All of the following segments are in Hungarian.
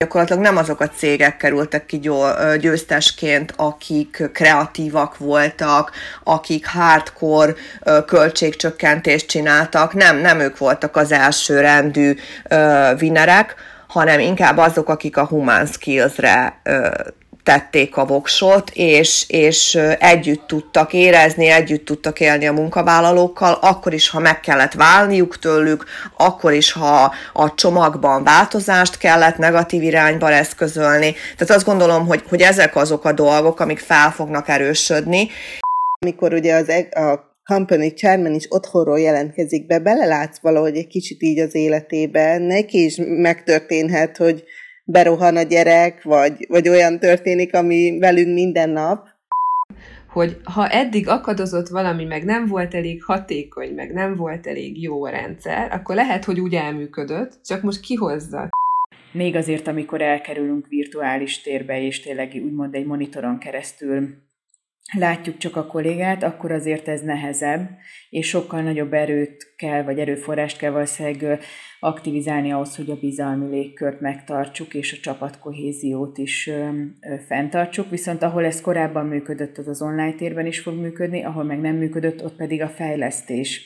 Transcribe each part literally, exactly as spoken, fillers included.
Gyakorlatilag nem azok a cégek kerültek ki győztesként, akik kreatívak voltak, akik hardcore költségcsökkentést csináltak, nem, nem ők voltak az első rendű winnerek, hanem inkább azok, akik a human skills-re tették a voksot, és, és együtt tudtak érezni, együtt tudtak élni a munkavállalókkal, akkor is, ha meg kellett válniuk tőlük, akkor is, ha a csomagban változást kellett negatív irányba eszközölni. Tehát azt gondolom, hogy, hogy ezek azok a dolgok, amik fel fognak erősödni. Amikor ugye az, a company chairman is otthonról jelentkezik be, belelátsz valahogy egy kicsit így az életébe, neki is megtörténhet, hogy berohan a gyerek, vagy, vagy olyan történik, ami velünk minden nap. Hogy ha eddig akadozott valami, meg nem volt elég hatékony, meg nem volt elég jó a rendszer, akkor lehet, hogy úgy elműködött, csak most kihozza. Még azért, amikor elkerülünk virtuális térbe, és tényleg úgymond egy monitoron keresztül látjuk csak a kollégát, akkor azért ez nehezebb, és sokkal nagyobb erőt kell, vagy erőforrást kell valószínűleg aktivizálni ahhoz, hogy a bizalmi légkört megtartsuk, és a csapatkohéziót is ö, ö, fenntartsuk. Viszont ahol ez korábban működött, az az online térben is fog működni, ahol meg nem működött, ott pedig a fejlesztés.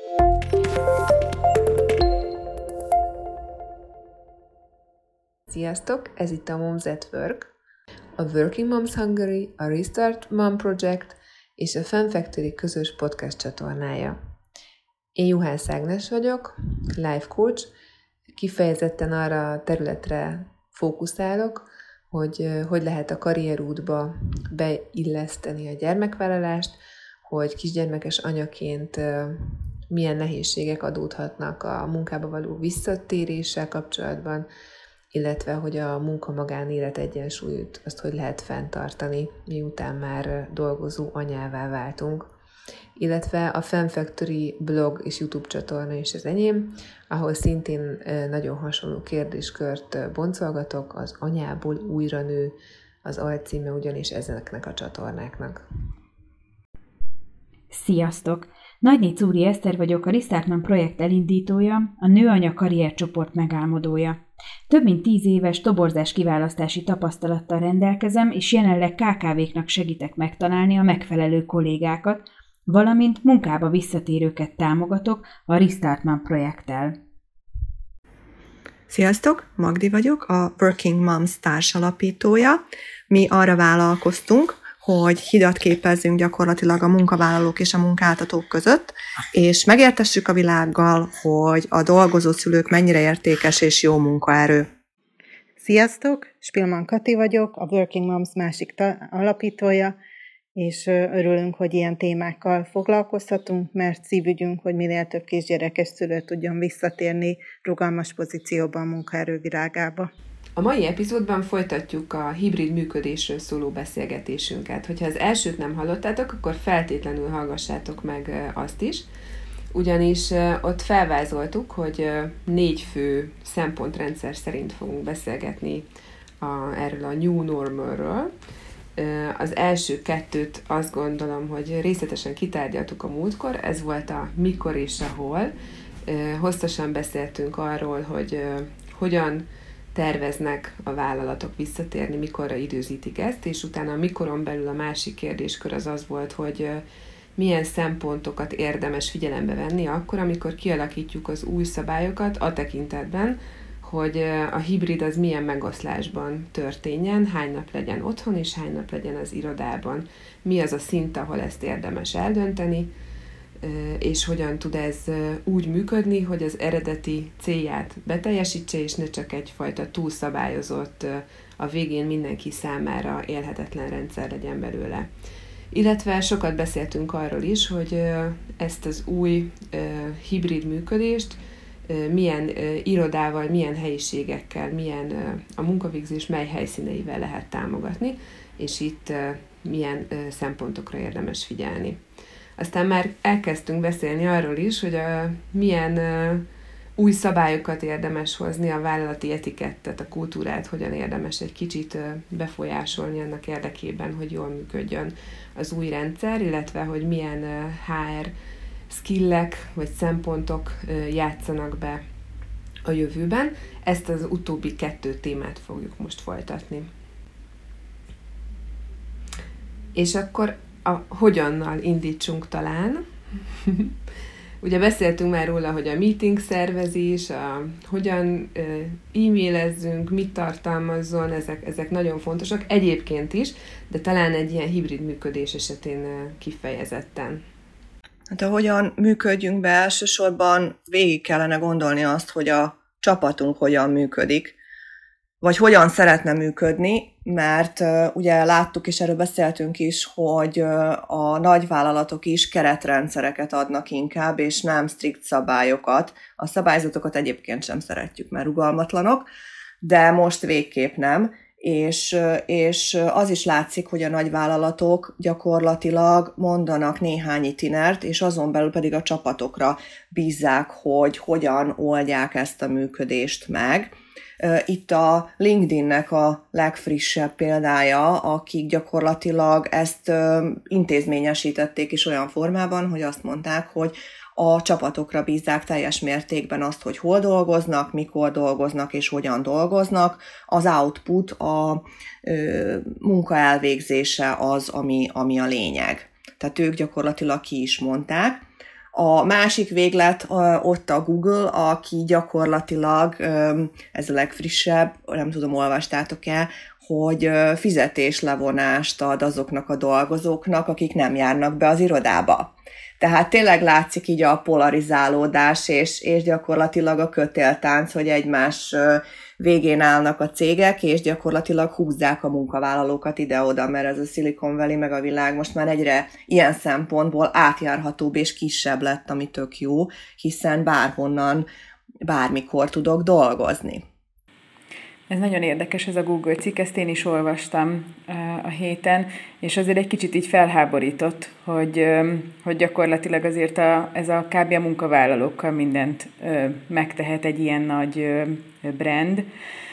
Sziasztok! Ez itt a Moms at Work, a Working Moms Hungary, a Restart Mom Project és a Fun Factory közös podcast csatornája. Én Juhász Ágnes vagyok, life coach, kifejezetten arra a területre fókuszálok, hogy hogy lehet a karrierútba beilleszteni a gyermekvállalást, hogy kisgyermekes anyaként milyen nehézségek adódhatnak a munkába való visszatéréssel kapcsolatban, illetve hogy a munka-magánélet egyensúlyt azt hogy lehet fenntartani, miután már dolgozó anyává váltunk. Illetve a Fun Factory blog és YouTube csatorna is az enyém, ahol szintén nagyon hasonló kérdéskört boncolgatok, az anyából újra nő az alcíme ugyanis ezeknek a csatornáknak. Sziasztok! Nagyné Czúri Eszter vagyok, a Restart Mom projekt elindítója, a Nőanya karriercsoport megálmodója. Több mint tíz éves toborzás kiválasztási tapasztalattal rendelkezem, és jelenleg ká ká véknak segítek megtalálni a megfelelő kollégákat, valamint munkába visszatérőket támogatok a Restart Mom projekttel. Sziasztok! Magdi vagyok, a Working Moms társalapítója. Mi arra vállalkoztunk, hogy hidat képezzünk gyakorlatilag a munkavállalók és a munkáltatók között, és megértessük a világgal, hogy a dolgozó szülők mennyire értékes és jó munkaerő. Sziasztok! Spilman Kati vagyok, a Working Moms másik ta- alapítója, és örülünk, hogy ilyen témákkal foglalkozhatunk, mert szívügyünk, hogy minél több kisgyerekes szülő tudjon visszatérni rugalmas pozícióban a munkaerő világába. A mai epizódban folytatjuk a hibrid működésről szóló beszélgetésünket. Hogyha az elsőt nem hallottátok, akkor feltétlenül hallgassátok meg azt is, ugyanis ott felvázoltuk, hogy négy fő szempontrendszer szerint fogunk beszélgetni a, erről a New Normalről. Az első kettőt azt gondolom, hogy részletesen kitárgyaltuk a múltkor, ez volt a mikor és a hol. Hosszasan beszéltünk arról, hogy hogyan terveznek a vállalatok visszatérni, mikorra időzítik ezt, és utána a mikoron belül a másik kérdéskör az az volt, hogy milyen szempontokat érdemes figyelembe venni akkor, amikor kialakítjuk az új szabályokat a tekintetben, hogy a hibrid az milyen megoszlásban történjen, hány nap legyen otthon, és hány nap legyen az irodában. Mi az a szint, ahol ezt érdemes eldönteni, és hogyan tud ez úgy működni, hogy az eredeti célját beteljesítse, és ne csak egyfajta túlszabályozott, a végén mindenki számára élhetetlen rendszer legyen belőle. Illetve sokat beszéltünk arról is, hogy ezt az új hibrid működést milyen irodával, milyen helyiségekkel, milyen a munkavégzés mely helyszíneivel lehet támogatni, és itt milyen szempontokra érdemes figyelni. Aztán már elkezdtünk beszélni arról is, hogy a, milyen uh, új szabályokat érdemes hozni, a vállalati etikettet, a kultúrát, hogyan érdemes egy kicsit uh, befolyásolni annak érdekében, hogy jól működjön az új rendszer, illetve hogy milyen uh, há er skillek vagy szempontok uh, játszanak be a jövőben. Ezt az utóbbi kettő témát fogjuk most folytatni. És akkor a hogyannal indítsunk talán. Ugye beszéltünk már róla, hogy a meeting szervezés, a hogyan e-mailezzünk, mit tartalmazzon, ezek, ezek nagyon fontosak egyébként is, de talán egy ilyen hibrid működés esetén kifejezetten. Hát ahogyan működjünk be, elsősorban végig kellene gondolni azt, hogy a csapatunk hogyan működik, vagy hogyan szeretne működni, mert uh, ugye láttuk, és erről beszéltünk is, hogy uh, a nagyvállalatok is keretrendszereket adnak inkább, és nem strikt szabályokat. A szabályzatokat egyébként sem szeretjük, mert rugalmatlanok, de most végképp nem, és, uh, és az is látszik, hogy a nagyvállalatok gyakorlatilag mondanak néhány itinert, és azon belül pedig a csapatokra bízzák, hogy hogyan oldják ezt a működést meg. Itt a LinkedInnek a legfrissebb példája, akik gyakorlatilag ezt intézményesítették is olyan formában, hogy azt mondták, hogy a csapatokra bízzák teljes mértékben azt, hogy hol dolgoznak, mikor dolgoznak és hogyan dolgoznak. Az output, a munka elvégzése az, ami, ami a lényeg. Tehát ők gyakorlatilag ki is mondták. A másik véglet ott a Google, aki gyakorlatilag, ez a legfrissebb, nem tudom, olvastátok-e, hogy fizetéslevonást ad azoknak a dolgozóknak, akik nem járnak be az irodába. Tehát tényleg látszik így a polarizálódás, és, és gyakorlatilag a kötéltánc, hogy egymás végén állnak a cégek, és gyakorlatilag húzzák a munkavállalókat ide-oda, mert ez a Silicon Valley meg a világ most már egyre ilyen szempontból átjárhatóbb és kisebb lett, ami tök jó, hiszen bárhonnan, bármikor tudok dolgozni. Ez nagyon érdekes, ez a Google cikk, ezt én is olvastam a héten, és azért egy kicsit így felháborított, hogy, hogy gyakorlatilag azért a, ez a kb. A munkavállalókkal mindent megtehet egy ilyen nagy brand.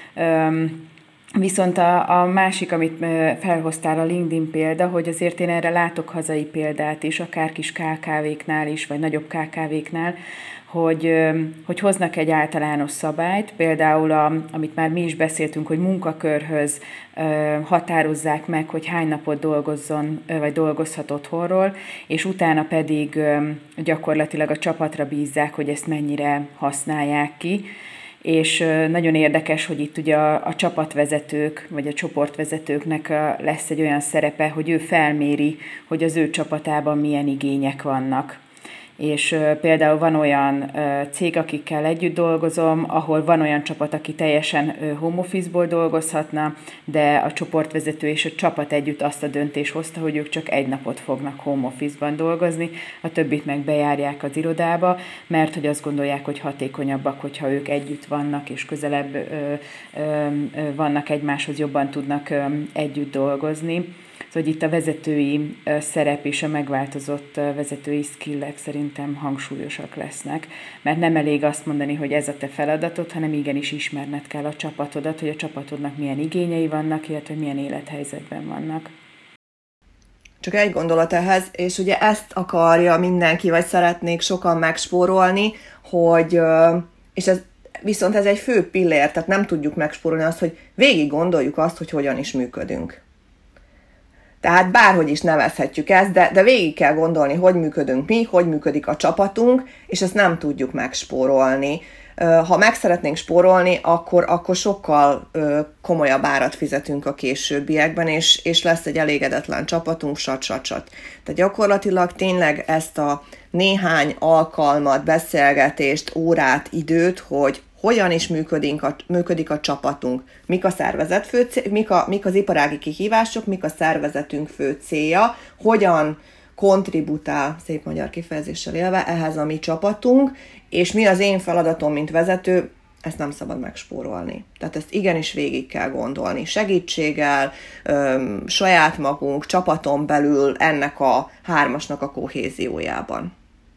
Viszont a, a másik, amit felhoztál, a LinkedIn példa, hogy azért én erre látok hazai példát is, akár kis ká ká véknál is, vagy nagyobb ká ká véknál, hogy, hogy hoznak egy általános szabályt, például, a, amit már mi is beszéltünk, hogy munkakörhöz határozzák meg, hogy hány napot dolgozzon, vagy dolgozhat otthonról, és utána pedig gyakorlatilag a csapatra bízzák, hogy ezt mennyire használják ki. És nagyon érdekes, hogy itt ugye a, a csapatvezetők, vagy a csoportvezetőknek lesz egy olyan szerepe, hogy ő felméri, hogy az ő csapatában milyen igények vannak. És például van olyan cég, akikkel együtt dolgozom, ahol van olyan csapat, aki teljesen home office-ból dolgozhatna, de a csoportvezető és a csapat együtt azt a döntést hozta, hogy ők csak egy napot fognak home office-ban dolgozni, a többit meg bejárják az irodába, mert hogy azt gondolják, hogy hatékonyabbak, hogyha ők együtt vannak, és közelebb ö, ö, vannak egymáshoz, jobban tudnak ö, együtt dolgozni. Szóval itt a vezetői szerep és a megváltozott vezetői skillek szerintem hangsúlyosak lesznek, mert nem elég azt mondani, hogy ez a te feladatod, hanem igenis ismerned kell a csapatodat, hogy a csapatodnak milyen igényei vannak, illetve milyen élethelyzetben vannak. Csak egy gondolat ehhez, és ugye ezt akarja mindenki, vagy szeretnék sokan megspórolni, hogy, és ez, viszont ez egy fő pillér, tehát nem tudjuk megspórolni azt, hogy végig gondoljuk azt, hogy hogyan is működünk. Tehát bárhogy is nevezhetjük ezt, de, de végig kell gondolni, hogy működünk mi, hogy működik a csapatunk, és ezt nem tudjuk megspórolni. Ha meg szeretnénk spórolni, akkor, akkor sokkal komolyabb árat fizetünk a későbbiekben, és, és lesz egy elégedetlen csapatunk, sat, sat, sat. Tehát gyakorlatilag tényleg ezt a néhány alkalmat, beszélgetést, órát, időt, hogy hogyan is működik a, működik a csapatunk, mik a szervezet fő cél, mik, a, mik az iparági kihívások, mik a szervezetünk fő célja, hogyan kontributál, szép magyar kifejezéssel élve, ehhez a mi csapatunk, és mi az én feladatom, mint vezető, ezt nem szabad megspórolni. Tehát ezt igenis végig kell gondolni. Segítséggel, öm, saját magunk, csapaton belül ennek a hármasnak a kohéziójában.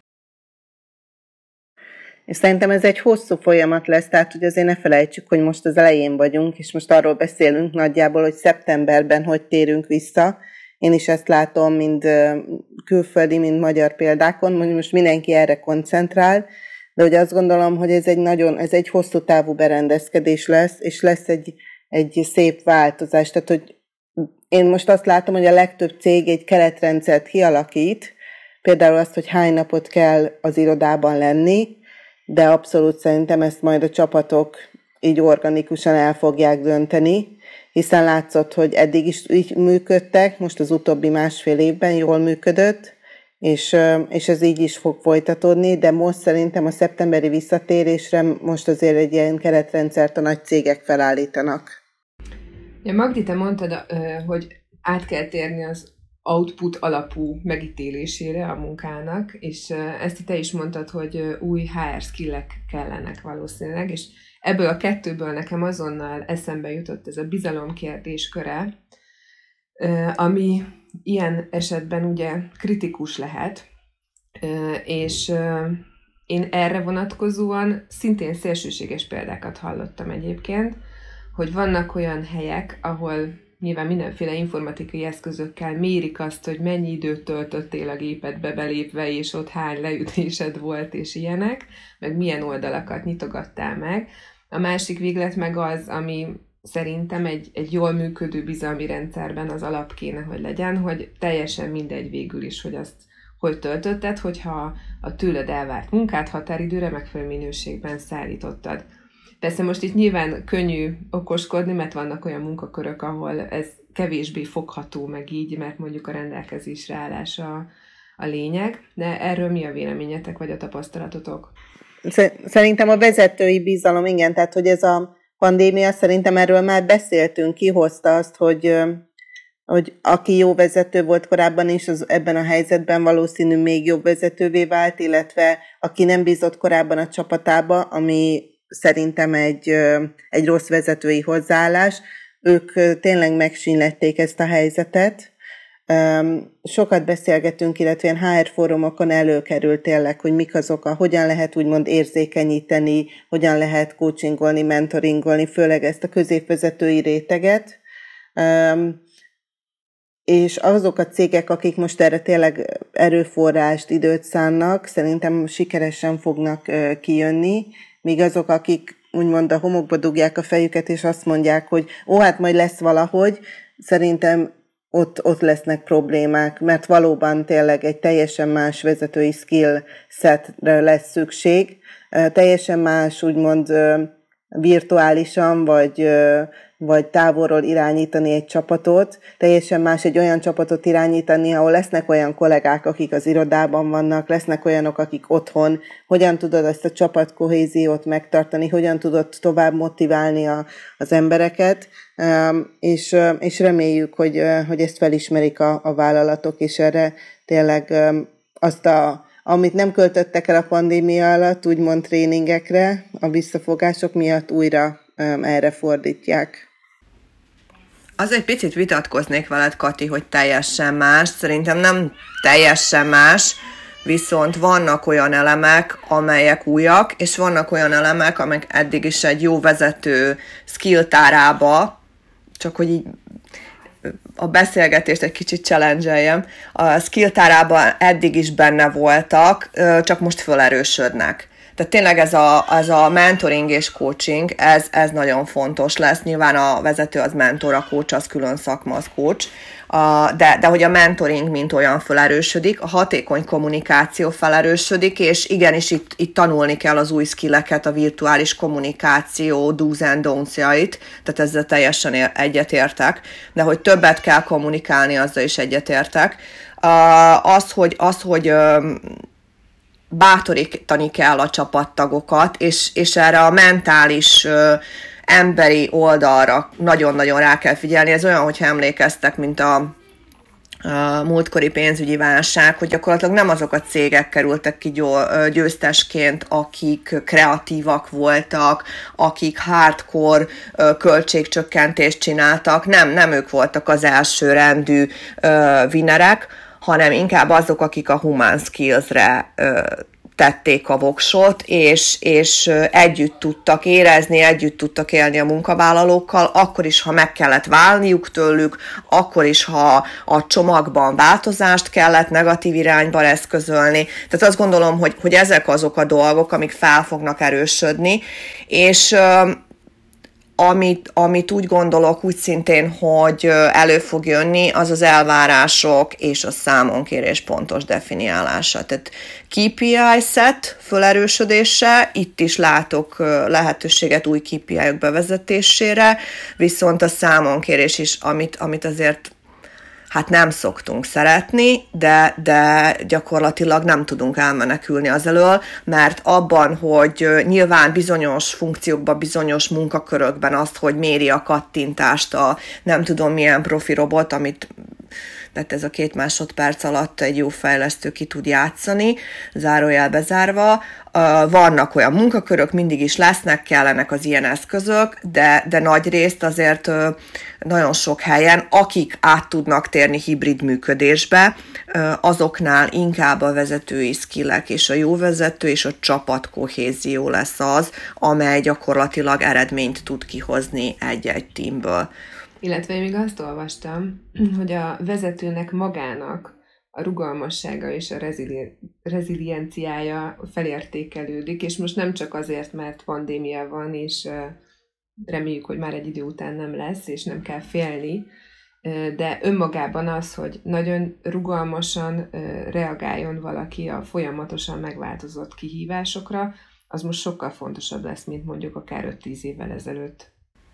És szerintem ez egy hosszú folyamat lesz, tehát hogy azért ne felejtsük, hogy most az elején vagyunk, és most arról beszélünk nagyjából, hogy szeptemberben hogy térünk vissza. Én is ezt látom, mind külföldi, mind magyar példákon, hogy most mindenki erre koncentrál, de hogy azt gondolom, hogy ez egy nagyon, ez egy hosszú távú berendezkedés lesz, és lesz egy, egy szép változás. Tehát, hogy én most azt látom, hogy a legtöbb cég egy keretrendszert kialakít, például azt, hogy hány napot kell az irodában lenni, de abszolút szerintem ezt majd a csapatok így organikusan el fogják dönteni, hiszen látszott, hogy eddig is így működtek, most az utóbbi másfél évben jól működött, és, és ez így is fog folytatódni, de most szerintem a szeptemberi visszatérésre most azért egy ilyen keretrendszert a nagy cégek felállítanak. Ja, Magdi, te mondtad, hogy át kell térni az output alapú megítélésére a munkának, és ezt te is mondtad, hogy új há er skillek kellenek valószínűleg, és ebből a kettőből nekem azonnal eszembe jutott ez a bizalom kérdésköre, ami ilyen esetben ugye kritikus lehet, és én erre vonatkozóan szintén szélsőséges példákat hallottam egyébként, hogy vannak olyan helyek, ahol nyilván mindenféle informatikai eszközökkel mérik azt, hogy mennyi időt töltöttél a gépedbe belépve, és ott hány leütésed volt, és ilyenek, meg milyen oldalakat nyitogattál meg. A másik véglet meg az, ami szerintem egy, egy jól működő bizalmi rendszerben az alap kéne, hogy legyen, hogy teljesen mindegy végül is, hogy azt hogy töltötted, hogyha a tőled elvárt munkát határidőre megfelelő minőségben szállítottad. Persze most itt nyilván könnyű okoskodni, mert vannak olyan munkakörök, ahol ez kevésbé fogható meg így, mert mondjuk a rendelkezésre állása a, a lényeg, de erről mi a véleményetek, vagy a tapasztalatotok? Szerintem a vezetői bizalom, igen, tehát hogy ez a pandémia, szerintem erről már beszéltünk, kihozta azt, hogy, hogy aki jó vezető volt korábban is, az ebben a helyzetben valószínű még jobb vezetővé vált, illetve aki nem bízott korábban a csapatába, ami szerintem egy, egy rossz vezetői hozzáállás, ők tényleg megsínlették ezt a helyzetet. Sokat beszélgetünk, illetve ilyen há er fórumokon előkerült tényleg, hogy mik azok, a, hogyan lehet úgymond érzékenyíteni, hogyan lehet coachingolni, mentoringolni, főleg ezt a középvezetői réteget. És azok a cégek, akik most erre tényleg erőforrást, időt szánnak, szerintem sikeresen fognak kijönni, míg azok, akik úgymond a homokba dugják a fejüket, és azt mondják, hogy ó, hát majd lesz valahogy, szerintem ott, ott lesznek problémák, mert valóban tényleg egy teljesen más vezetői skill setre lesz szükség, teljesen más úgymond virtuálisan, vagy, vagy távolról irányítani egy csapatot, teljesen más egy olyan csapatot irányítani, ahol lesznek olyan kollégák, akik az irodában vannak, lesznek olyanok, akik otthon, hogyan tudod ezt a csapatkohéziót megtartani, hogyan tudod tovább motiválni a, az embereket, és, és reméljük, hogy, hogy ezt felismerik a, a vállalatok, és erre tényleg azt a amit nem költöttek el a pandémia alatt, úgymond tréningekre, a visszafogások miatt újra um, erre fordítják. Az egy picit vitatkoznék veled, Kati, hogy teljesen más. Szerintem nem teljesen más, viszont vannak olyan elemek, amelyek újak, és vannak olyan elemek, amelyek eddig is egy jó vezető skill tárába, csak hogy így a beszélgetést egy kicsit challenge-eljem, a skill tárában eddig is benne voltak, csak most felerősödnek. Tehát tényleg ez a, ez a mentoring és coaching, ez, ez nagyon fontos lesz. Nyilván a vezető az mentor, a coach az külön szakma, az coach. De, de hogy a mentoring mint olyan felerősödik, a hatékony kommunikáció felerősödik, és igenis itt, itt tanulni kell az új skilleket, a virtuális kommunikáció do's and don'ts-jait, tehát ezzel teljesen egyetértek, de hogy többet kell kommunikálni, azzal is egyetértek. Az, hogy, az, hogy bátorítani kell a csapattagokat, és, és erre a mentális emberi oldalra nagyon-nagyon rá kell figyelni. Ez olyan, hogyha emlékeztek, mint a, a múltkori pénzügyi válság, hogy gyakorlatilag nem azok a cégek kerültek ki győztesként, akik kreatívak voltak, akik hardcore költségcsökkentést csináltak, nem, nem ők voltak az elsőrendű winnerek, hanem inkább azok, akik a human skills-re tették a voksot, és, és együtt tudtak érezni, együtt tudtak élni a munkavállalókkal, akkor is, ha meg kellett válniuk tőlük, akkor is, ha a csomagban változást kellett negatív irányba eszközölni. Tehát azt gondolom, hogy, hogy ezek azok a dolgok, amik fel fognak erősödni, és Amit, amit úgy gondolok úgy szintén, hogy elő fog jönni, az az elvárások és a számonkérés pontos definiálása. Tehát K P I set fölerősödése, itt is látok lehetőséget új K P I-ok bevezetésére, viszont a számonkérés is, amit, amit azért hát nem szoktunk szeretni, de, de gyakorlatilag nem tudunk elmenekülni az elől, mert abban, hogy nyilván bizonyos funkciókban, bizonyos munkakörökben azt, hogy méri a kattintást a nem tudom milyen profi robot, amit tehát ez a két másodperc alatt egy jó fejlesztő ki tud játszani, zárójel bezárva. Vannak olyan munkakörök, mindig is lesznek, kellenek az ilyen eszközök, de, de nagy részt azért nagyon sok helyen, akik át tudnak térni hibrid működésbe, azoknál inkább a vezetői skillek és a jó vezető és a csapatkohézió lesz az, amely gyakorlatilag eredményt tud kihozni egy-egy teamből. Illetve én még azt olvastam, hogy a vezetőnek magának a rugalmassága és a rezili- rezilienciája felértékelődik, és most nem csak azért, mert pandémia van, és reméljük, hogy már egy idő után nem lesz, és nem kell félni, de önmagában az, hogy nagyon rugalmasan reagáljon valaki a folyamatosan megváltozott kihívásokra, az most sokkal fontosabb lesz, mint mondjuk akár öt-tíz évvel ezelőtt.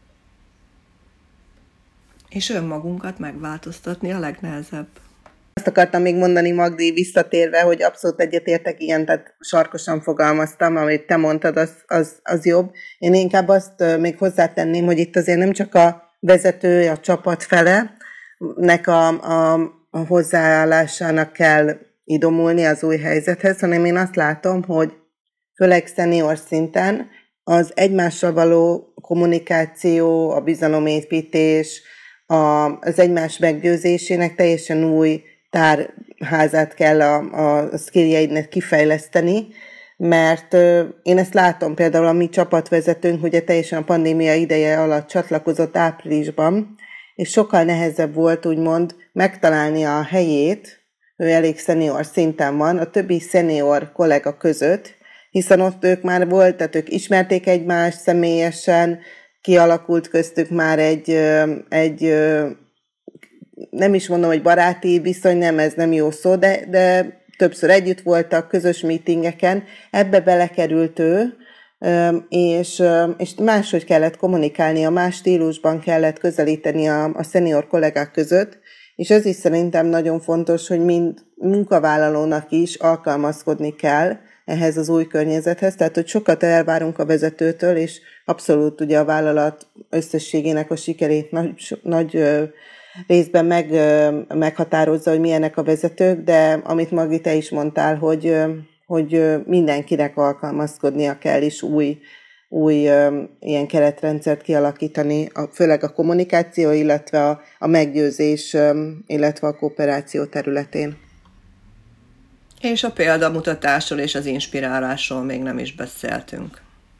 És önmagunkat megváltoztatni a legnehezebb. Azt akartam még mondani, Magdi, visszatérve, hogy abszolút egyetértek, ilyen, tehát sarkosan fogalmaztam, amit te mondtad, az, az, az jobb. Én inkább azt még hozzátenném, hogy itt azért nem csak a vezető, a csapat fele, nek a, a, a hozzáállásának kell idomulni az új helyzethez, hanem én azt látom, hogy főleg senior szinten az egymással való kommunikáció, a bizalomépítés, a, az egymás meggyőzésének teljesen új tárházát kell a, a skilljeidnek kifejleszteni, mert ö, én ezt látom például a mi csapatvezetőnk, ugye teljesen a pandémia ideje alatt csatlakozott áprilisban, és sokkal nehezebb volt úgymond megtalálni a helyét, ő elég szenior szinten van, a többi szenior kollega között, hiszen ott ők már volt, tehát ők ismerték egymást személyesen, kialakult köztük már egy, egy nem is mondom, hogy baráti viszony, nem, ez nem jó szó, de, de többször együtt voltak közös meetingeken, ebbe belekerült ő, és, és máshogy kellett kommunikálni, a más stílusban kellett közelíteni a, a szenior kollégák között, és ez is szerintem nagyon fontos, hogy mind munkavállalónak is alkalmazkodni kell ehhez az új környezethez, tehát hogy sokat elvárunk a vezetőtől, és abszolút ugye a vállalat összességének a sikerét nagy, nagy részben meg, meghatározza, hogy milyenek a vezetők, de amit Magdi, te is mondtál, hogy, hogy mindenkinek alkalmazkodnia kell, és új, új ilyen keretrendszert kialakítani, főleg a kommunikáció, illetve a, a meggyőzés, illetve a kooperáció területén. És a példamutatásról és az inspirálásról még nem is beszéltünk.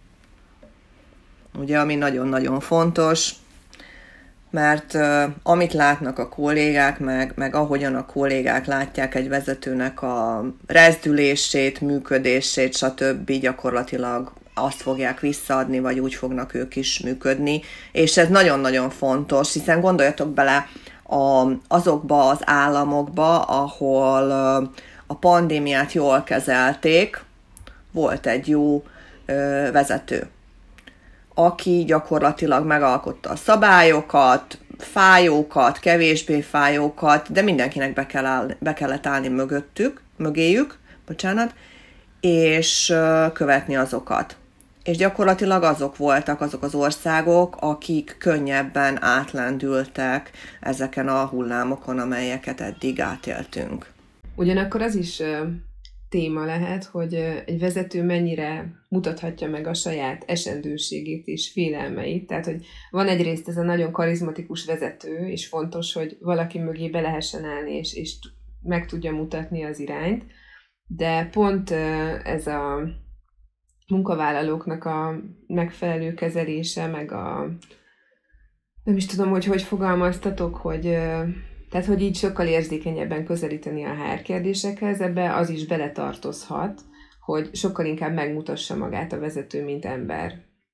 Ugye, ami nagyon-nagyon fontos, mert uh, amit látnak a kollégák, meg, meg ahogyan a kollégák látják egy vezetőnek a rezdülését, működését, stb. Gyakorlatilag azt fogják visszaadni, vagy úgy fognak ők is működni. És ez nagyon-nagyon fontos, hiszen gondoljatok bele a, azokba az államokba, ahol uh, a pandémiát jól kezelték, volt egy jó ö, vezető, aki gyakorlatilag megalkotta a szabályokat, fájókat, kevésbé fájókat, de mindenkinek be, kell áll, be kellett állni mögöttük, mögéjük, bocsánat, és ö, követni azokat. És gyakorlatilag azok voltak azok az országok, akik könnyebben átlendültek ezeken a hullámokon, amelyeket eddig átéltünk. Ugyanakkor az is uh, téma lehet, hogy uh, egy vezető mennyire mutathatja meg a saját esendőségét és félelmeit. Tehát, hogy van egyrészt ez a nagyon karizmatikus vezető, és fontos, hogy valaki mögé be lehessen állni, és, és meg tudja mutatni az irányt. de pont ez a munkavállalóknak a megfelelő kezelése, meg a nem is tudom, hogy hogy fogalmaztatok, hogy tehát, hogy így sokkal érzékenyebben közelíteni a há er kérdésekhez, ebbe az is beletartozhat, hogy sokkal inkább megmutassa magát a vezető, mint ember.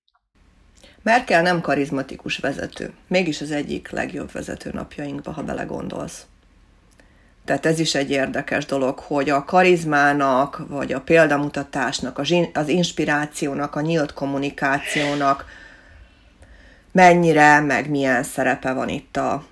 Merkel nem karizmatikus vezető, mégis az egyik legjobb vezető napjainkba, ha belegondolsz. Tehát ez is egy érdekes dolog, hogy a karizmának, vagy a példamutatásnak, az inspirációnak, a nyílt kommunikációnak mennyire, meg milyen szerepe van itt a,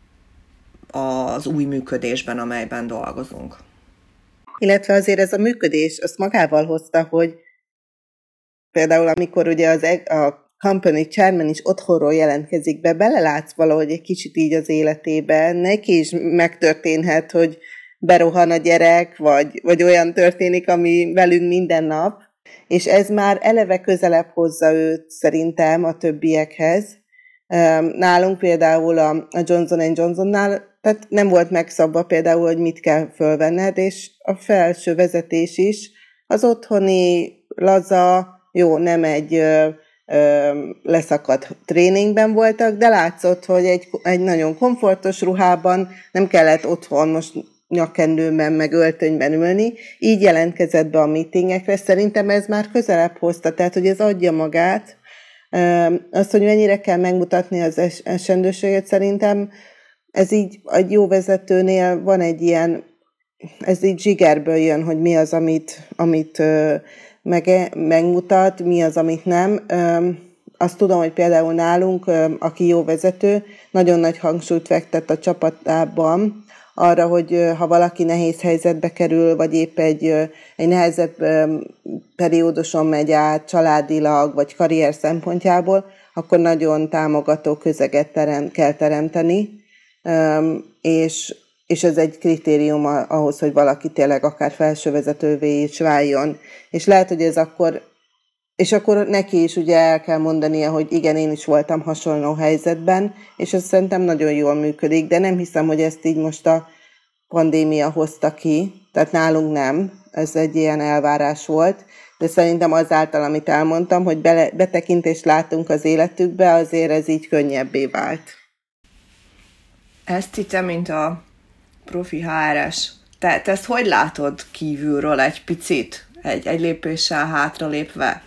az új működésben, amelyben dolgozunk. Illetve azért ez a működés azt magával hozta, hogy például amikor ugye az, a company chairman is otthonról jelentkezik be, belelátsz valahogy egy kicsit így az életében, neki is megtörténhet, hogy berohan a gyerek, vagy, vagy olyan történik, ami velünk minden nap, és ez már eleve közelebb hozza őt szerintem a többiekhez. Nálunk például a Johnson and Johnsonnál tehát nem volt megszabva például, hogy mit kell fölvenned, és a felső vezetés is az otthoni laza, jó, nem egy ö, ö, leszakadt tréningben voltak, de látszott, hogy egy, egy nagyon komfortos ruhában nem kellett otthon most nyakkendőben, meg öltönyben ülni, így jelentkezett be a meetingekre. Szerintem ez már közelebb hozta, tehát hogy ez adja magát. Azt, hogy mennyire kell megmutatni az es- esendőséget, szerintem ez így egy jó vezetőnél van egy ilyen, ez így zsigerből jön, hogy mi az, amit, amit meg, megmutat, mi az, amit nem. Azt tudom, hogy például nálunk, aki jó vezető, nagyon nagy hangsúlyt fektet a csapatában arra, hogy ha valaki nehéz helyzetbe kerül, vagy épp egy, egy nehezebb perióduson megy át családilag, vagy karrier szempontjából, akkor nagyon támogató közeget terem, kell teremteni, és, és ez egy kritérium ahhoz, hogy valaki tényleg akár felsővezetővé is váljon. És lehet, hogy ez akkor, és akkor neki is ugye el kell mondania, hogy igen, én is voltam hasonló helyzetben, és ez szerintem nagyon jól működik, de nem hiszem, hogy ezt így most a pandémia hozta ki, tehát nálunk nem, ez egy ilyen elvárás volt, de szerintem azáltal, amit elmondtam, hogy bele, betekintést látunk az életükbe, azért ez így könnyebbé vált. Ezt te, mint a profi há er es, te, te ezt hogy látod kívülről egy picit, egy, egy lépéssel hátra lépve?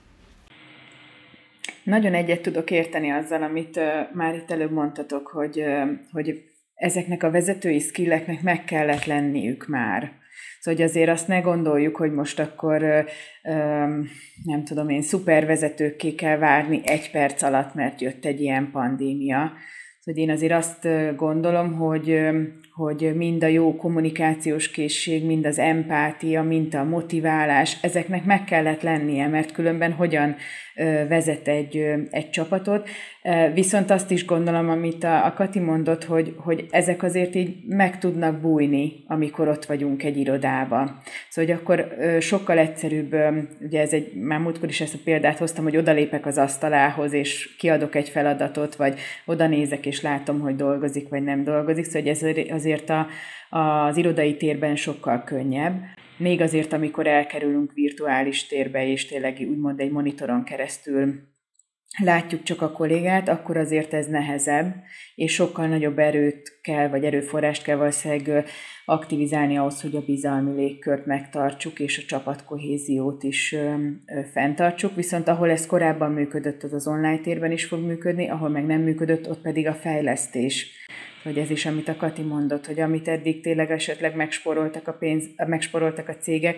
Nagyon egyet tudok érteni azzal, amit uh, már itt előbb mondtatok, hogy, uh, hogy ezeknek a vezetői skilleknek meg kellett lenniük már. Szóval, hogy azért azt ne gondoljuk, hogy most akkor uh, um, nem tudom én, szupervezetőkké kell várni egy perc alatt, mert jött egy ilyen pandémia. Szóval én azért azt gondolom, hogy, hogy mind a jó kommunikációs készség, mind az empátia, mind a motiválás, ezeknek meg kellett lennie, mert különben hogyan vezet egy, egy csapatot. Viszont azt is gondolom, amit a, a Kati mondott, hogy, hogy ezek azért így meg tudnak bújni, amikor ott vagyunk egy irodába. Szóval, hogy akkor sokkal egyszerűbb, ugye ez egy, már múltkor is ezt a példát hoztam, hogy odalépek az asztalához, és kiadok egy feladatot, vagy oda nézek, és látom, hogy dolgozik, vagy nem dolgozik. Szóval ez azért a, az irodai térben sokkal könnyebb. Még azért, amikor elkerülünk virtuális térbe, és tényleg úgymond egy monitoron keresztül látjuk csak a kollégát, akkor azért ez nehezebb, és sokkal nagyobb erőt kell, vagy erőforrást kell valószínűleg aktivizálni ahhoz, hogy a bizalmi légkört megtartsuk, és a csapatkohéziót is fenntartsuk. Viszont ahol ez korábban működött, az az online térben is fog működni, ahol meg nem működött, ott pedig a fejlesztés. Hogy ez is, amit a Kati mondott, hogy amit eddig tényleg esetleg megspóroltak a, pénz, megspóroltak a cégek,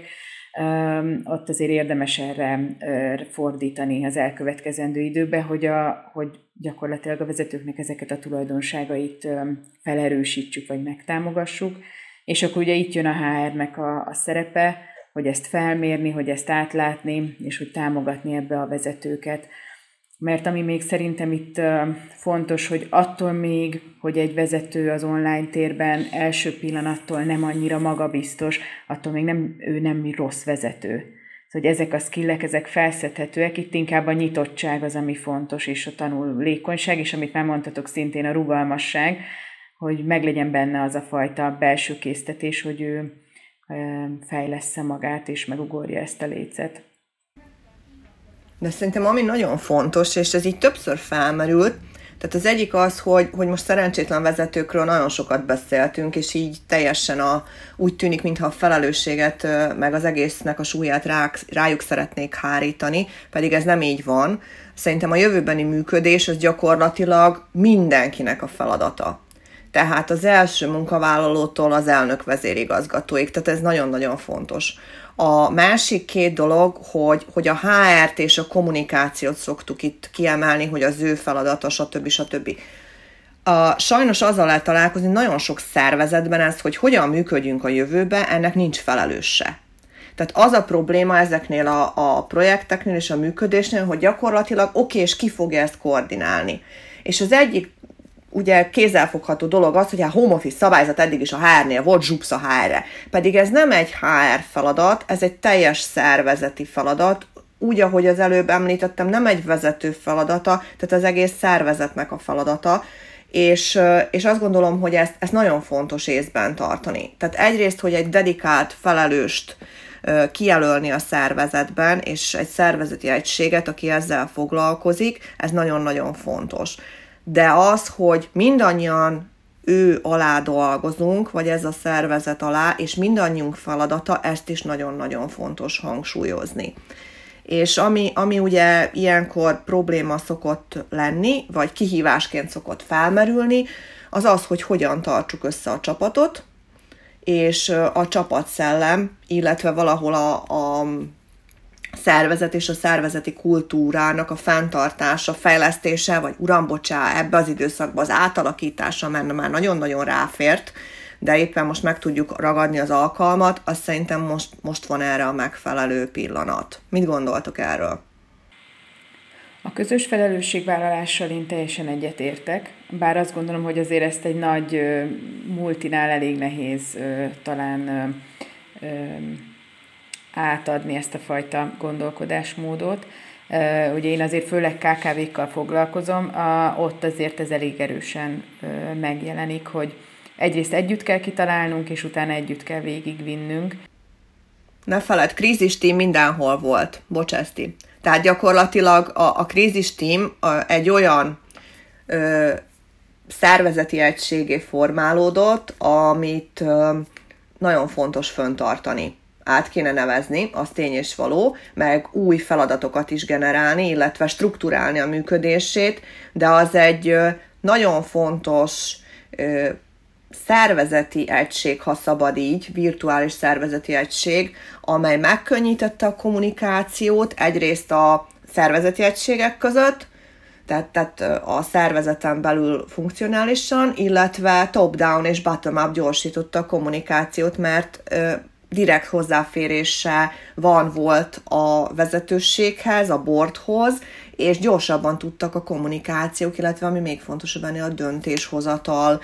ott azért érdemes erre fordítani az elkövetkezendő időben, hogy, a, hogy gyakorlatilag a vezetőknek ezeket a tulajdonságait felerősítsük, vagy megtámogassuk. És akkor ugye itt jön a há er-nek a, a szerepe, hogy ezt felmérni, hogy ezt átlátni, és hogy támogatni ebbe a vezetőket. Mert ami még szerintem itt fontos, hogy attól még, hogy egy vezető az online térben első pillanattól nem annyira magabiztos, attól még nem, ő nem rossz vezető. Szóval, hogy ezek a skillek, ezek felszedhetőek, itt inkább a nyitottság az, ami fontos, és a tanulékonyság, és amit már mondtatok szintén, a rugalmasság, hogy meglegyen benne az a fajta belső késztetés, hogy ő, fejlessze magát, és megugorja ezt a lécet. De szerintem ami nagyon fontos, és ez így többször felmerült, tehát az egyik az, hogy, hogy most szerencsétlen vezetőkről nagyon sokat beszéltünk, és így teljesen a, úgy tűnik, mintha a felelősséget, meg az egésznek a súlyát rá, rájuk szeretnék hárítani, pedig ez nem így van. Szerintem a jövőbeni működés az gyakorlatilag mindenkinek a feladata. Tehát az első munkavállalótól az elnök vezérigazgatóig, tehát ez nagyon-nagyon fontos. A másik két dolog, hogy, hogy a há er-t és a kommunikációt szoktuk itt kiemelni, hogy az ő feladata, stb. stb. A, sajnos azzal lehet találkozni nagyon sok szervezetben ez, hogy hogyan működjünk a jövőbe, ennek nincs felelőse. Tehát az a probléma ezeknél a, a projekteknél és a működésnél, hogy gyakorlatilag oké, és ki fogja ezt koordinálni. És az egyik ugye kézzelfogható dolog az, hogy a home office szabályzat eddig is a há er-nél volt, zsupsz a há er-re. Pedig ez nem egy há er feladat, ez egy teljes szervezeti feladat, úgy, ahogy az előbb említettem, nem egy vezető feladata, tehát az egész szervezetnek a feladata, és, és azt gondolom, hogy ezt, ezt nagyon fontos észben tartani. Tehát egyrészt, hogy egy dedikált felelőst kijelölni a szervezetben, és egy szervezeti egységet, aki ezzel foglalkozik, ez nagyon-nagyon fontos. De az, hogy mindannyian ő alá dolgozunk, vagy ez a szervezet alá, és mindannyiunk feladata, ezt is nagyon-nagyon fontos hangsúlyozni. És ami, ami ugye ilyenkor probléma szokott lenni, vagy kihívásként szokott felmerülni, az az, hogy hogyan tartsuk össze a csapatot, és a csapatszellem, illetve valahol a, a szervezet és a szervezeti kultúrának a fenntartása, fejlesztése, vagy uram, bocsá, ebbe az időszakban az átalakítása, mert már nagyon-nagyon ráfért, de éppen most meg tudjuk ragadni az alkalmat, azt szerintem most, most van erre a megfelelő pillanat. Mit gondoltok erről? A közös felelősségvállalással én teljesen egyetértek, bár azt gondolom, hogy azért ezt egy nagy multinál elég nehéz talán átadni ezt a fajta gondolkodásmódot. Ugye én azért főleg ká ká vékkal foglalkozom, ott azért ez elég erősen megjelenik, hogy egyrészt együtt kell kitalálnunk, és utána együtt kell végigvinnünk. Ne feledd, krízistím mindenhol volt. Bocs, Eszti. Tehát gyakorlatilag a, a krízistím egy olyan ö, szervezeti egységé formálódott, amit ö, nagyon fontos fenntartani. Át kéne nevezni, az tény és való, meg új feladatokat is generálni, illetve strukturálni a működését, de az egy ö, nagyon fontos ö, szervezeti egység, ha szabad így, virtuális szervezeti egység, amely megkönnyítette a kommunikációt egyrészt a szervezeti egységek között, tehát, tehát a szervezeten belül funkcionálisan, illetve top-down és bottom-up gyorsította a kommunikációt, mert ö, direkt hozzáférése van volt a vezetőséghez, a boardhoz, és gyorsabban tudtak a kommunikációk, illetve ami még fontosabb ennél a döntéshozatal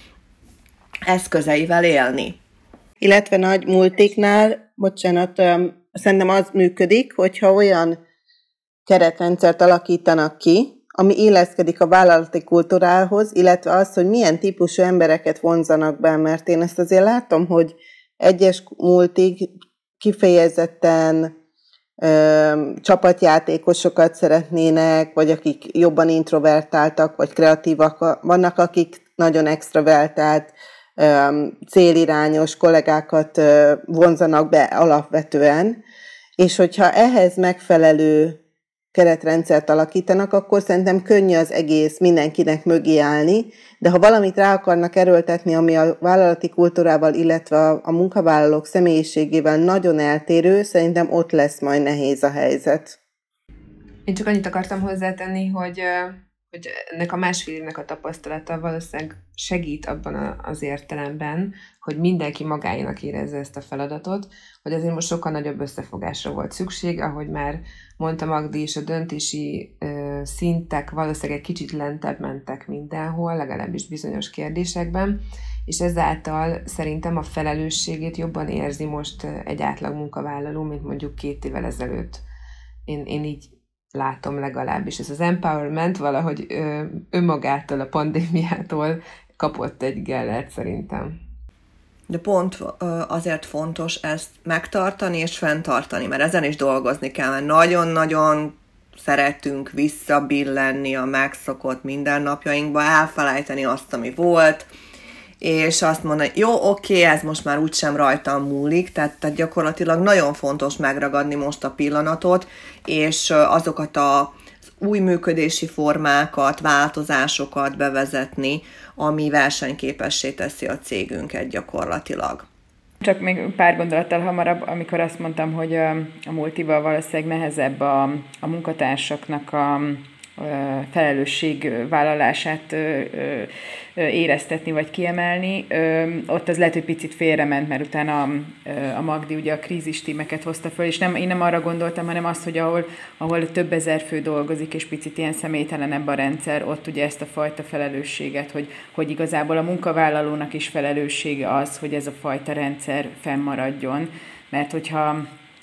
eszközeivel élni. Illetve nagy multiknál, bocsánat, szerintem az működik, hogyha olyan keretrendszert alakítanak ki, ami illeszkedik a vállalati kultúrához, illetve az, hogy milyen típusú embereket vonzanak be, mert én ezt azért látom, hogy egyes multik kifejezetten ö, csapatjátékosokat szeretnének, vagy akik jobban introvertáltak, vagy kreatívak, vannak, akik nagyon extravertált, ö, célirányos kollégákat ö, vonzanak be alapvetően, és hogyha ehhez megfelelő keretrendszert alakítanak, akkor szerintem könnyű az egész mindenkinek mögé állni, de ha valamit rá akarnak erőltetni, ami a vállalati kultúrával, illetve a munkavállalók személyiségével nagyon eltérő, szerintem ott lesz majd nehéz a helyzet. Én csak annyit akartam hozzátenni, hogy, hogy ennek a másfél évnek a tapasztalata valószínűleg segít abban az értelemben, hogy mindenki magáénak érezze ezt a feladatot, hogy azért most sokkal nagyobb összefogásra volt szükség, ahogy már mondta Magdi is, a döntési ö, szintek valószínűleg egy kicsit lentebb mentek mindenhol, legalábbis bizonyos kérdésekben, és ezáltal szerintem a felelősségét jobban érzi most egy átlag munkavállaló, mint mondjuk két évvel ezelőtt. Én, én így látom legalábbis. Ez az empowerment valahogy ö, önmagától, a pandémiától kapott egy gellert szerintem. De pont azért fontos ezt megtartani és fenntartani, mert ezen is dolgozni kell, mert nagyon-nagyon szeretünk visszabillenni a megszokott mindennapjainkba, elfelejteni azt, ami volt, és azt mondani, jó, oké, ez most már úgysem rajtam múlik, tehát, tehát gyakorlatilag nagyon fontos megragadni most a pillanatot, és azokat a új működési formákat, változásokat bevezetni, ami versenyképessé teszi a cégünket gyakorlatilag. Csak még pár gondolattal hamarabb, amikor azt mondtam, hogy a, a multival valószínűleg nehezebb a, a munkatársaknak a, a felelősségvállalását éreztetni vagy kiemelni. Ott az lehet, hogy picit félrement, mert utána a, a Magdi ugye a krízis tímeket hozta föl, és nem, én nem arra gondoltam, hanem azt, hogy ahol, ahol több ezer fő dolgozik, és picit ilyen személytelenebb a rendszer, ott ugye ezt a fajta felelősséget, hogy, hogy igazából a munkavállalónak is felelőssége az, hogy ez a fajta rendszer fennmaradjon, mert hogyha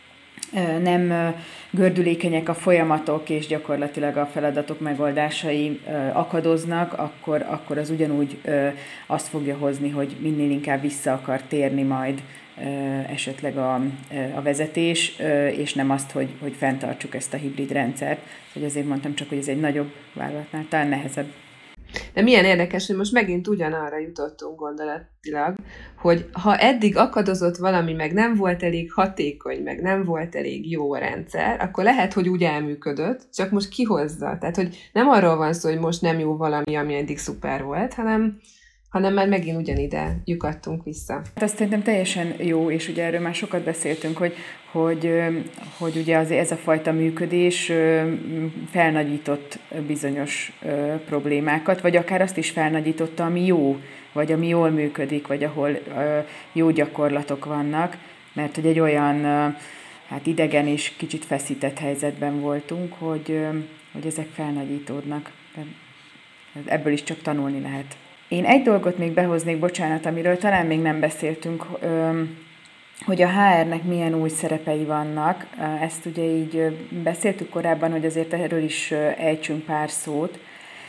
nem gördülékenyek a folyamatok, és gyakorlatilag a feladatok megoldásai akadoznak, akkor, akkor az ugyanúgy azt fogja hozni, hogy minél inkább vissza akar térni majd esetleg a, a vezetés, és nem azt, hogy, hogy fenntartsuk ezt a hibrid rendszert. Hogy azért mondtam csak, hogy ez egy nagyobb vállalatnál talán nehezebb. De milyen érdekes, hogy most megint ugyanarra jutottunk gondolatilag, hogy ha eddig akadozott valami, meg nem volt elég hatékony, meg nem volt elég jó a rendszer, akkor lehet, hogy úgy elműködött, csak most kihozza. Tehát, hogy nem arról van szó, hogy most nem jó valami, ami eddig szuper volt, hanem, hanem már megint ugyanide lyukadtunk vissza. Hát azt szerintem teljesen jó, és ugye erről már sokat beszéltünk, hogy, hogy, hogy ugye az, ez a fajta működés felnagyított bizonyos problémákat, vagy akár azt is felnagyította, ami jó, vagy ami jól működik, vagy ahol jó gyakorlatok vannak, mert hogy egy olyan hát idegen és kicsit feszített helyzetben voltunk, hogy, hogy ezek felnagyítódnak. Ebből is csak tanulni lehet. Én egy dolgot még behoznék, bocsánat, amiről talán még nem beszéltünk, hogy a há er-nek milyen új szerepei vannak. Ezt ugye így beszéltük korábban, hogy azért erről is ejtsünk pár szót,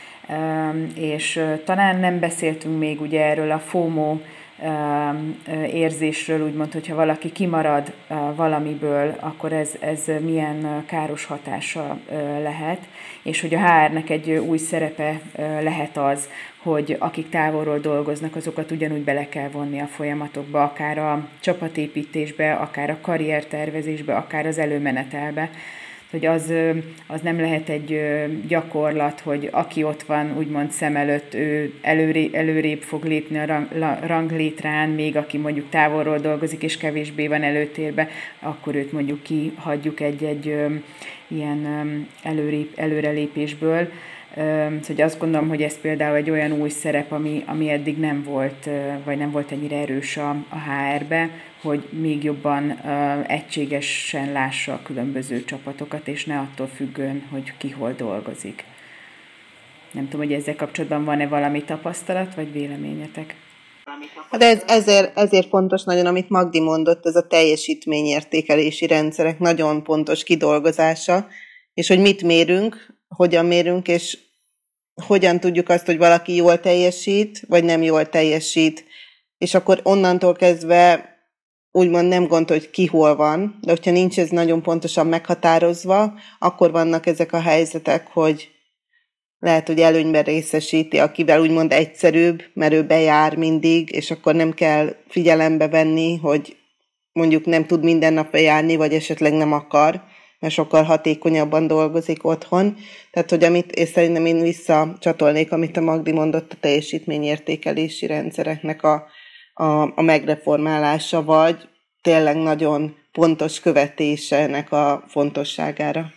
és talán nem beszéltünk még ugye erről a FOMO érzésről, úgymond, hogyha valaki kimarad valamiből, akkor ez, ez milyen káros hatása lehet, és hogy a há er-nek egy új szerepe lehet az, hogy akik távolról dolgoznak, azokat ugyanúgy bele kell vonni a folyamatokba, akár a csapatépítésbe, akár a karriertervezésbe, akár az előmenetelbe. Hogy az, az nem lehet egy gyakorlat, hogy aki ott van, úgymond szem előtt, ő előré, előrébb fog lépni a rang, ranglétrán, még aki mondjuk távolról dolgozik, és kevésbé van előtérbe, akkor őt mondjuk kihagyjuk egy-egy ilyen előré, előrelépésből. Szóval azt gondolom, hogy ez például egy olyan új szerep, ami, ami eddig nem volt, vagy nem volt ennyire erős a, a há er-be, hogy még jobban uh, egységesen lássa a különböző csapatokat, és ne attól függően, hogy ki hol dolgozik. Nem tudom, hogy ezzel kapcsolatban van-e valami tapasztalat, vagy véleményetek? De ez, ezért, ezért fontos nagyon, amit Magdi mondott, ez a teljesítményértékelési rendszerek nagyon pontos kidolgozása, és hogy mit mérünk, hogyan mérünk, és hogyan tudjuk azt, hogy valaki jól teljesít, vagy nem jól teljesít. És akkor onnantól kezdve úgymond nem gond, hogy ki hol van, de hogyha nincs ez nagyon pontosan meghatározva, akkor vannak ezek a helyzetek, hogy lehet, hogy előnyben részesíti, akivel úgymond egyszerűbb, mert ő bejár mindig, és akkor nem kell figyelembe venni, hogy mondjuk nem tud minden nap bejárni, vagy esetleg nem akar, mert sokkal hatékonyabban dolgozik otthon. Tehát, hogy amit, és szerintem én visszacsatolnék, amit a Magdi mondott, a teljesítményértékelési rendszereknek a, a, a megreformálása, vagy tényleg nagyon pontos követése ennek a fontosságára.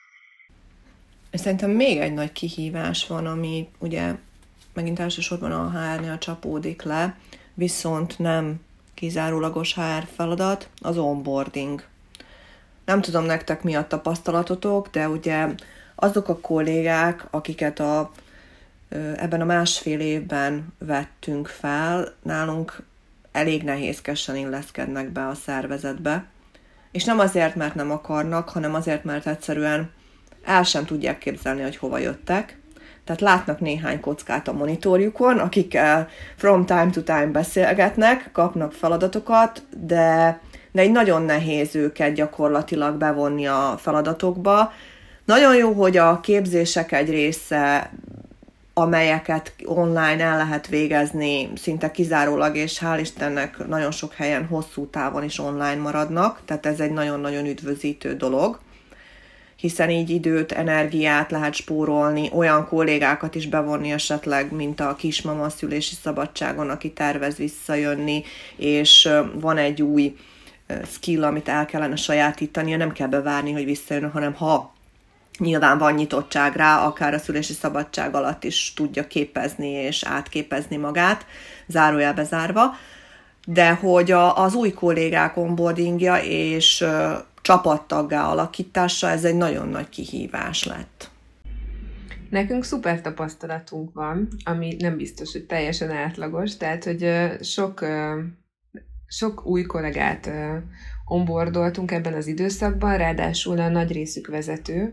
És szerintem még egy nagy kihívás van, ami ugye megint elsősorban a há er-nél csapódik le, viszont nem kizárólagos há er feladat, az onboarding. Nem tudom nektek mi a tapasztalatotok, de ugye azok a kollégák, akiket a, ebben a másfél évben vettünk fel, nálunk elég nehézkesen illeszkednek be a szervezetbe. És nem azért, mert nem akarnak, hanem azért, mert egyszerűen el sem tudják képzelni, hogy hova jöttek. Tehát látnak néhány kockát a monitorjukon, akikkel from time to time beszélgetnek, kapnak feladatokat, de, de egy nagyon nehéz őket gyakorlatilag bevonni a feladatokba. Nagyon jó, hogy a képzések egy része, amelyeket online el lehet végezni szinte kizárólag, és hál' Istennek nagyon sok helyen hosszú távon is online maradnak, tehát ez egy nagyon-nagyon üdvözítő dolog, hiszen így időt, energiát lehet spórolni, olyan kollégákat is bevonni esetleg, mint a kismama szülési szabadságon, aki tervez visszajönni, és van egy új skill, amit el kellene sajátítania, nem kell bevárni, hogy visszajön, hanem ha nyilván van nyitottság rá, akár a szülési szabadság alatt is tudja képezni és átképezni magát, zárójelbe zárva, de hogy a, az új kollégák onboardingja és uh, csapattaggá alakítása, ez egy nagyon nagy kihívás lett. Nekünk szuper tapasztalatunk van, ami nem biztos, hogy teljesen átlagos, tehát, hogy uh, sok, uh, sok új kollégát uh, onboardoltunk ebben az időszakban, ráadásul a nagy részük vezető.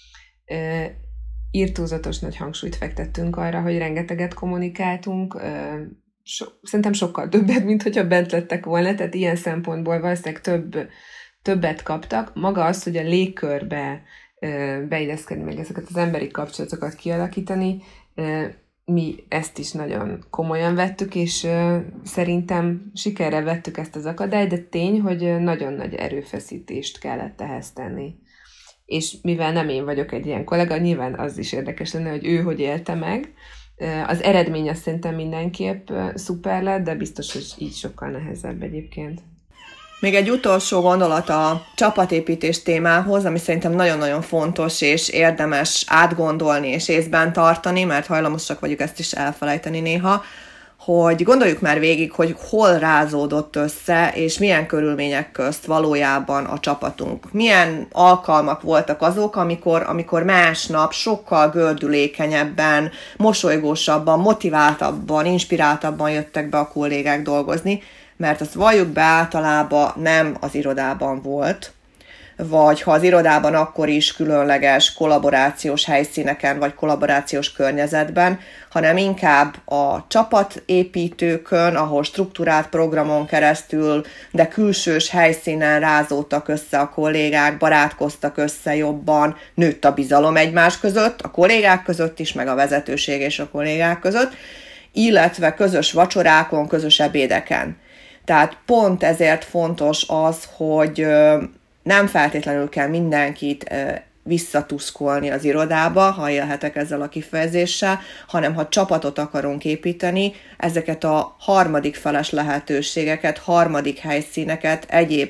Írtózatos nagy hangsúlyt fektettünk arra, hogy rengeteget kommunikáltunk, so, szerintem sokkal többet, mint hogyha bent lettek volna, tehát ilyen szempontból valószínűleg több, többet kaptak. Maga az, hogy a légkörbe beilleszkedni, meg ezeket az emberi kapcsolatokat kialakítani, mi ezt is nagyon komolyan vettük, és szerintem sikerre vettük ezt az akadályt, de tény, hogy nagyon nagy erőfeszítést kellett ehhez tenni. És mivel nem én vagyok egy ilyen kollega, nyilván az is érdekes lenne, hogy ő hogy élte meg. Az eredmény azt szerintem mindenképp szuper lett, de biztos, hogy így sokkal nehezebb egyébként. Még egy utolsó gondolat a csapatépítés témához, ami szerintem nagyon-nagyon fontos és érdemes átgondolni és észben tartani, mert hajlamosak vagyunk ezt is elfelejteni néha, hogy gondoljuk már végig, hogy hol rázódott össze, és milyen körülmények közt valójában a csapatunk. Milyen alkalmak voltak azok, amikor, amikor másnap sokkal gördülékenyebben, mosolygósabban, motiváltabban, inspiráltabban jöttek be a kollégák dolgozni, mert azt valljuk be, általában nem az irodában volt, vagy ha az irodában, akkor is különleges kollaborációs helyszíneken, vagy kollaborációs környezetben, hanem inkább a csapatépítőkön, ahol struktúrált programon keresztül, de külsős helyszínen rázódtak össze a kollégák, barátkoztak össze jobban, nőtt a bizalom egymás között, a kollégák között is, meg a vezetőség és a kollégák között, illetve közös vacsorákon, közös ebédeken. Tehát pont ezért fontos az, hogy nem feltétlenül kell mindenkit visszatuszkolni az irodába, ha élhetek ezzel a kifejezéssel, hanem ha csapatot akarunk építeni, ezeket a harmadik feles lehetőségeket, harmadik helyszíneket, egyéb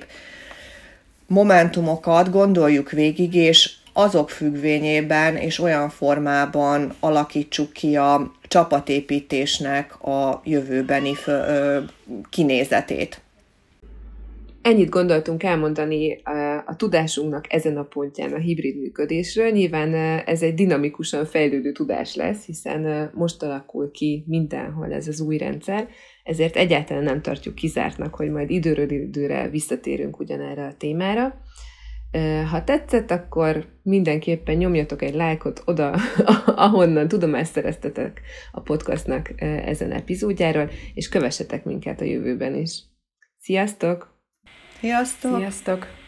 momentumokat gondoljuk végig, és azok függvényében és olyan formában alakítsuk ki a csapatépítésnek a jövőbeni kinézetét. Ennyit gondoltunk elmondani a, a tudásunknak ezen a pontján a hibrid működésről. Nyilván ez egy dinamikusan fejlődő tudás lesz, hiszen most alakul ki mindenhol ez az új rendszer, ezért egyáltalán nem tartjuk kizártnak, hogy majd időről időre visszatérünk ugyanerre a témára. Ha tetszett, akkor mindenképpen nyomjatok egy lájkot oda, ahonnan tudomást szereztetek a podcastnak ezen epizódjáról, és kövessetek minket a jövőben is. Sziasztok! Sziasztok! Sziasztok!